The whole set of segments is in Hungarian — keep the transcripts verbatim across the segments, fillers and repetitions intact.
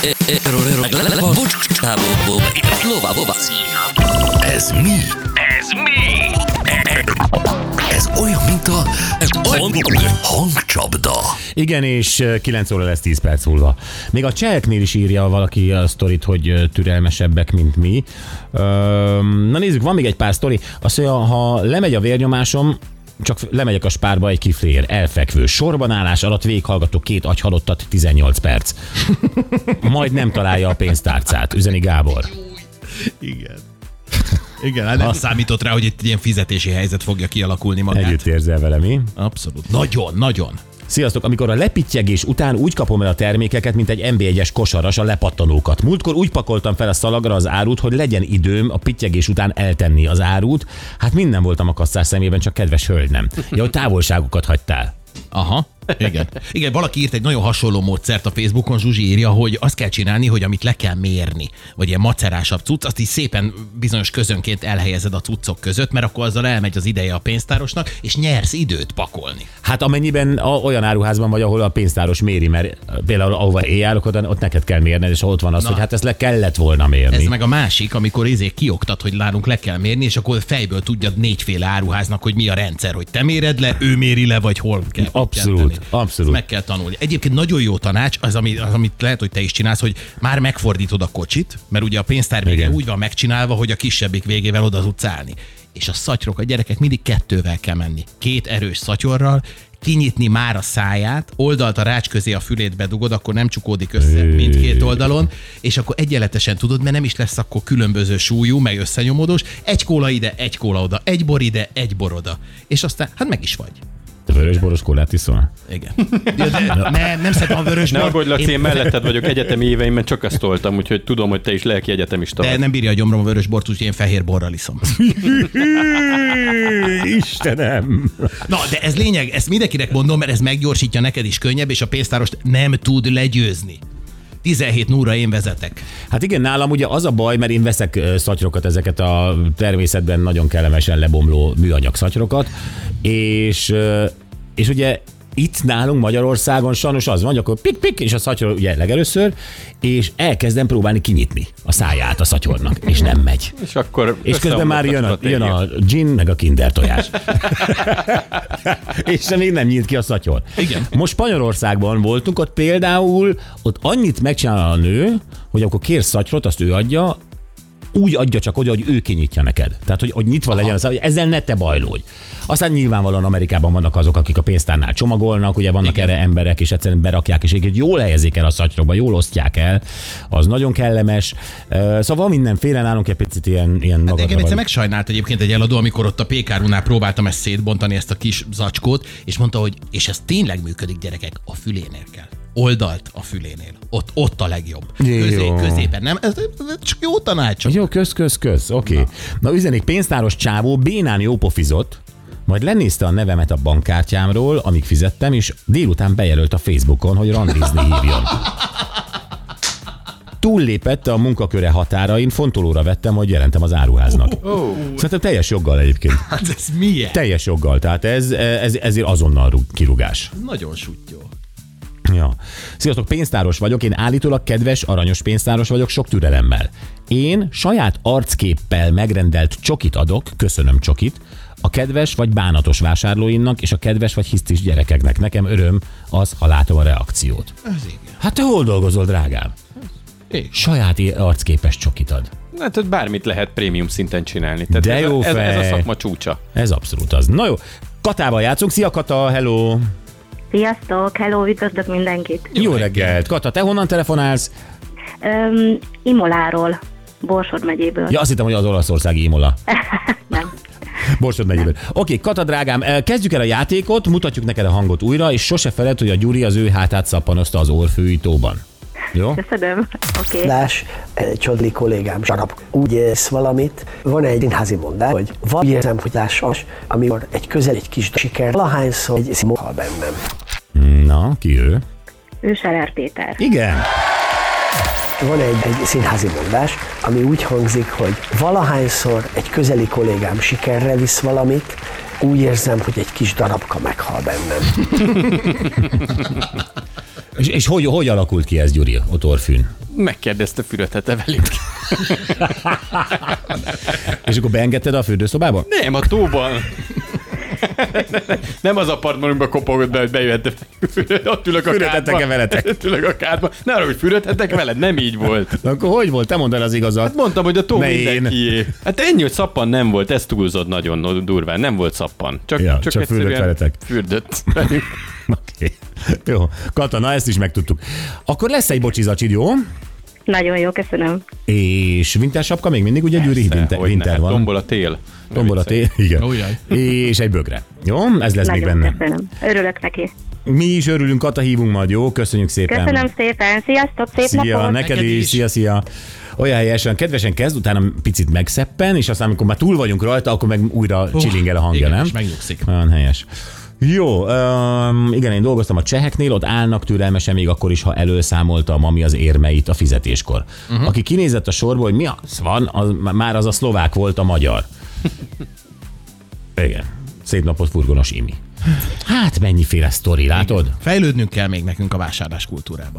Ez mi? Ez mi? Ez olyan, mint a hangcsapda. Igen, és kilenc óra lesz tíz perc múlva. Még a cseheknél is írja valaki a sztorit, hogy türelmesebbek, mint mi. Na nézzük, van még egy pár sztori. Azt mondja, ha lemegy a vérnyomásom, csak lemegyek a spárba egy kiflér, elfekvő. Sorbanállás alatt végighallgatok két agyhalottat tizennyolc perc. Majd nem találja a pénztárcát, üzeni Gábor. Igen. Igen, hát nem számított rá, hogy itt ilyen fizetési helyzet fogja kialakulni magát. Együtt érzel vele, mi? Abszolút. Nagyon, nagyon. Sziasztok! Amikor a lepittyegés után úgy kapom el a termékeket, mint egy en bé egyes kosaras a lepattanókat. Múltkor úgy pakoltam fel a szalagra az árut, hogy legyen időm a pittyegés után eltenni az árut. Hát minden voltam a kasszás szemében, csak kedves hölgy nem. Ja, hogy távolságokat hagytál. Aha. Igen. Igen, valaki írt egy nagyon hasonló módszert a Facebookon, Zsuzsi írja, hogy azt kell csinálni, hogy amit le kell mérni, vagy ilyen macerásabb cucc, azt így szépen bizonyos közönként elhelyezed a cuccok között, mert akkor azzal elmegy az ideje a pénztárosnak, és nyersz időt pakolni. Hát amennyiben a, olyan áruházban vagy, ahol a pénztáros méri, mert például ahova én járok, ott, ott neked kell mérned, és ott van az, Na, hogy hát ezt le kellett volna mérni. Ez meg a másik, amikor izé kioktat, hogy nálunk le kell mérni, és akkor fejből tudjad négyféle áruháznak, hogy mi a rendszer, hogy te méred le, ő méri le, vagy hol kell. Abszolút. Abszolút. Meg kell tanulni. Egyébként nagyon jó tanács, az, ami, az, amit lehet, hogy te is csinálsz, hogy már megfordítod a kocsit, mert ugye a pénztár vége úgy van megcsinálva, hogy a kisebbik végével oda tudsz állni. És a szatyrok, a gyerekek mindig kettővel kell menni. Két erős szatyorral, kinyitni már a száját, oldalt a rács közé a fülét bedugod, akkor nem csukódik össze mindkét oldalon, és akkor egyenletesen tudod, mert nem is lesz akkor különböző súlyú, meg összenyomódós. Egy kóla ide, egy kóla oda, egy bor ide, egy bor oda. És aztán, hát meg is vagy. Te vörösboros kólát iszol? Igen. Ja, de nem, nem szeretem a vörösbor. Ne aggódj, Laci, én... én melletted vagyok egyetemi éveimben, csak azt toltam, úgyhogy tudom, hogy te is lelki egyetemista vagy. De nem bírja a gyomrom a vörösbort, úgyhogy én fehér borral iszom. Istenem! Na, de ez lényeg, ezt mindenkinek mondom, mert ez meggyorsítja, neked is könnyebb, és a pénztárost nem tud legyőzni. tizenhét nulla én vezetek. Hát igen, nálam ugye az a baj, mert én veszek szatyrokat, ezeket a természetben nagyon kellemesen lebomló műanyag szatyrokat, és, és ugye itt nálunk Magyarországon sajnos az van, hogy akkor pik-pik, és a szatyor ugye legelőször, és elkezdem próbálni kinyitni a száját a szatyornak, és nem megy. És akkor és közben már jön a, jön a gin, meg a kinder tojás. És még nem nyílt ki a szatyor. Igen. Most Spanyolországban voltunk, ott például ott annyit megcsinál a nő, hogy akkor kér szatyrot, azt ő adja, úgy adja csak oda, hogy ő kinyitja neked. Tehát, hogy, hogy nyitva Aha. legyen, az, hogy ezzel ne te bajlódj. Aztán nyilvánvalóan Amerikában vannak azok, akik a pénztárnál csomagolnak, ugye vannak Igen. erre emberek, és egyszerűen berakják, és egyébként jól helyezik el a szatyrokba, jól osztják el, az nagyon kellemes. Szóval mindenféle, nálunk egy picit ilyen, ilyen hát engem egyszer megsajnált egyébként egy eladó, amikor ott a pékárunál próbáltam ezt szétbontani, ezt a kis zacskót, és mondta, hogy és ez tényleg működik, gyerekek, a fülénél kell. Oldalt a fülénél. Ott, ott a legjobb. Közé, középen, nem? Ez, ez csak jó tanácsok. Jó, kösz, kösz, kösz. Oké. Okay. Na, Na üzenik, pénztáros csávó bénán jó pofizott, majd lenézte a nevemet a bankkártyámról, amíg fizettem, és délután bejelölt a Facebookon, hogy randizni hívjon. Túllépett a munkaköre határain, fontolóra vettem, hogy jelentem az áruháznak. Oh, oh. Szerintem teljes joggal egyébként. Hát ez milyen? Teljes joggal, tehát ez, ez, ezért azonnal kirúgás. Nagyon sutyó. Ja. Sziasztok, pénztáros vagyok, én állítólag kedves, aranyos pénztáros vagyok, sok türelemmel. Én saját arcképpel megrendelt csokit adok, köszönöm csokit, a kedves vagy bánatos vásárlóimnak és a kedves vagy hisztis gyerekeknek. Nekem öröm az, ha látom a reakciót. Ez igen. Hát te hol dolgozol, drágám? Én. Saját arcképes csokit ad. Hát tehát bármit lehet prémium szinten csinálni. Tehát de ez, jó a, ez, fej. ez a szakma csúcsa. Ez abszolút az. Na jó, Katával játszunk. Szia Kata, hello! Sziasztok, hello, üdvözlök mindenkit. Jó, jó reggelt. Kata, te honnan telefonálsz? Um, Imoláról, Borsod megyéből. Ja, azt hittem, hogy az olaszországi Imola. Nem. Borsod megyéből. Oké, okay, Kata drágám, kezdjük el a játékot, mutatjuk neked a hangot újra, és sose feled, hogy a Gyuri az ő hátát szappanozta az orfűítóban. Jó? Köszönöm. Oké. Okay. Lás, egy csodli kollégám zsarap. Úgy érsz valamit, van egy színházi mondás, hogy van érzem, hogy lássas, amikor egy közel egy kis siker, valahányszor egy szimó hal bennem. Na, ki ő? Ő Serer Péter. Igen. Van egy, egy színházi mondás, ami úgy hangzik, hogy valahányszor egy közeli kollégám sikerre visz valamit, úgy érzem, hogy egy kis darabka meghal bennem. és és hogy, hogy alakult ki ez, Gyuri, ott Orfűn? Megkérdezte, fürödhet-e velük. És akkor beengedted a fürdőszobába? Nem, a tóban. Nem az apartmanunkba kopogott be, hogy bejöhetne. Ott ülök a Fürödhettek-e veletek? Ott ülök a kádba. Ne arra, hogy fürödhetek veled, nem így volt. Na, akkor hogy volt? Te mondd el az igazat. Hát mondtam, hogy a tó Ne én. mindenkié. Hát ennyi, hogy szappan nem volt, ez túlzott nagyon durván. Nem volt szappan. Csak, Ja, csak, csak egyszerűen fürdött veletek. Fürdött velünk. Oké. Jó. Katona, ezt is megtudtuk. Akkor lesz egy bocsizacsid, jó? Nagyon jó, köszönöm. És winter sapka még mindig, ugye Gyuri? Winter, Hogy winter ne, van. Tombol a tél. Tombol a tél, igen. Ujjaj. És egy bögre. Jó? Ez lesz még Nagyon benne. köszönöm. Örülök neki. Mi is örülünk, Kata, hívunk majd, jó? Köszönjük szépen. Köszönöm szépen. Sziasztok, szép Szia, napot. neked Neked is, is. szia, szia. Olyan helyesen, kedvesen kezd, utána picit megszeppen, és aztán, amikor már túl vagyunk rajta, akkor meg újra csillingel a hangja, igen, nem? és megnyugszik. Olyan helyes. Jó, um, igen, én dolgoztam a cseheknél, ott állnak türelmesen még akkor is, ha előszámolta a mami az érmeit a fizetéskor. Uh-huh. Aki kinézett a sorból, hogy mi az van, az, már az a szlovák volt a magyar. Igen, szép napot, furgonos Imi. Hát mennyiféle sztori, látod? Fejlődnünk kell még nekünk a vásárlás kultúrában.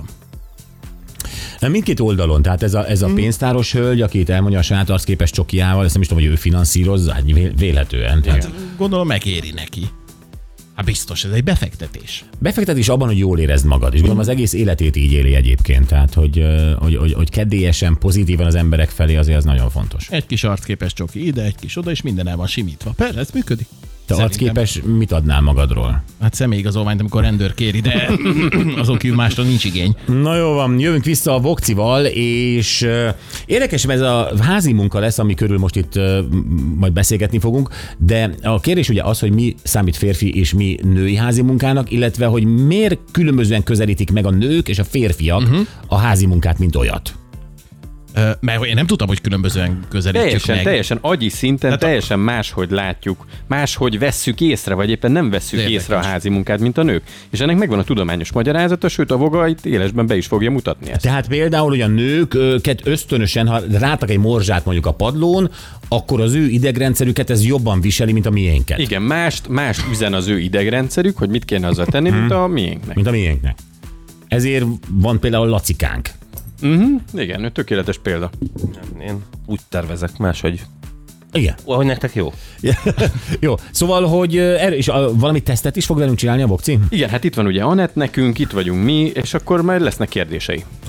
Mindkét oldalon, tehát ez a, ez a pénztáros hölgy, aki itt elmondja a saját arcképes csokiával, ezt nem is tudom, hogy ő finanszírozza, hát vé- vélhetően. Hát gondolom megéri neki. Hát biztos, ez egy befektetés. Befektetés abban, hogy jól érezd magad, és gondolom az egész életét így éli egyébként, tehát hogy, hogy, hogy, hogy kedélyesen, pozitívan az emberek felé azért az nagyon fontos. Egy kis arcképes csoki ide, egy kis oda, és minden el van simítva. Persze, ez működik. Te Szerintem. arcképes mit adnál magadról? Hát személyigazolványt, amikor rendőr kéri, de azon kívül másra nincs igény. Na jó van, jövünk vissza a Vokcival, és uh, érdekes, ez a házi munka lesz, ami körül most itt uh, majd beszélgetni fogunk, de a kérdés ugye az, hogy mi számít férfi és mi női házi munkának, illetve hogy miért különbözően közelítik meg a nők és a férfiak uh-huh. a házi munkát, mint olyat. Ö, mert én nem tudtam, hogy különbözően közelítjük Teljesen, meg. teljesen agyi szinten, Hát a- teljesen máshogy látjuk, máshogy vesszük észre, vagy éppen nem vesszük Érdekes. észre a házi munkát, mint a nők. És ennek megvan a tudományos magyarázata, sőt a Voga itt élesben be is fogja mutatni ezt. Tehát például, hogy a nők őket ösztönösen, ha rátak egy morzsát mondjuk a padlón, akkor az ő idegrendszerüket ez jobban viseli, mint a miénket. Igen, mást, mást üzen az ő idegrendszerük, hogy mit kéne azzal tenni, mint a miénknek. Mint a miénknek. Ezért van például lacikánk. Uh-huh. Igen, ő tökéletes példa. Én úgy tervezek máshogy. Igen. Ahogy nektek jó. Jó, szóval, hogy erő, és a, valami tesztet is fog velünk csinálni a Vokci? Igen, hát itt van ugye Anett nekünk, itt vagyunk mi, és akkor majd lesznek kérdései.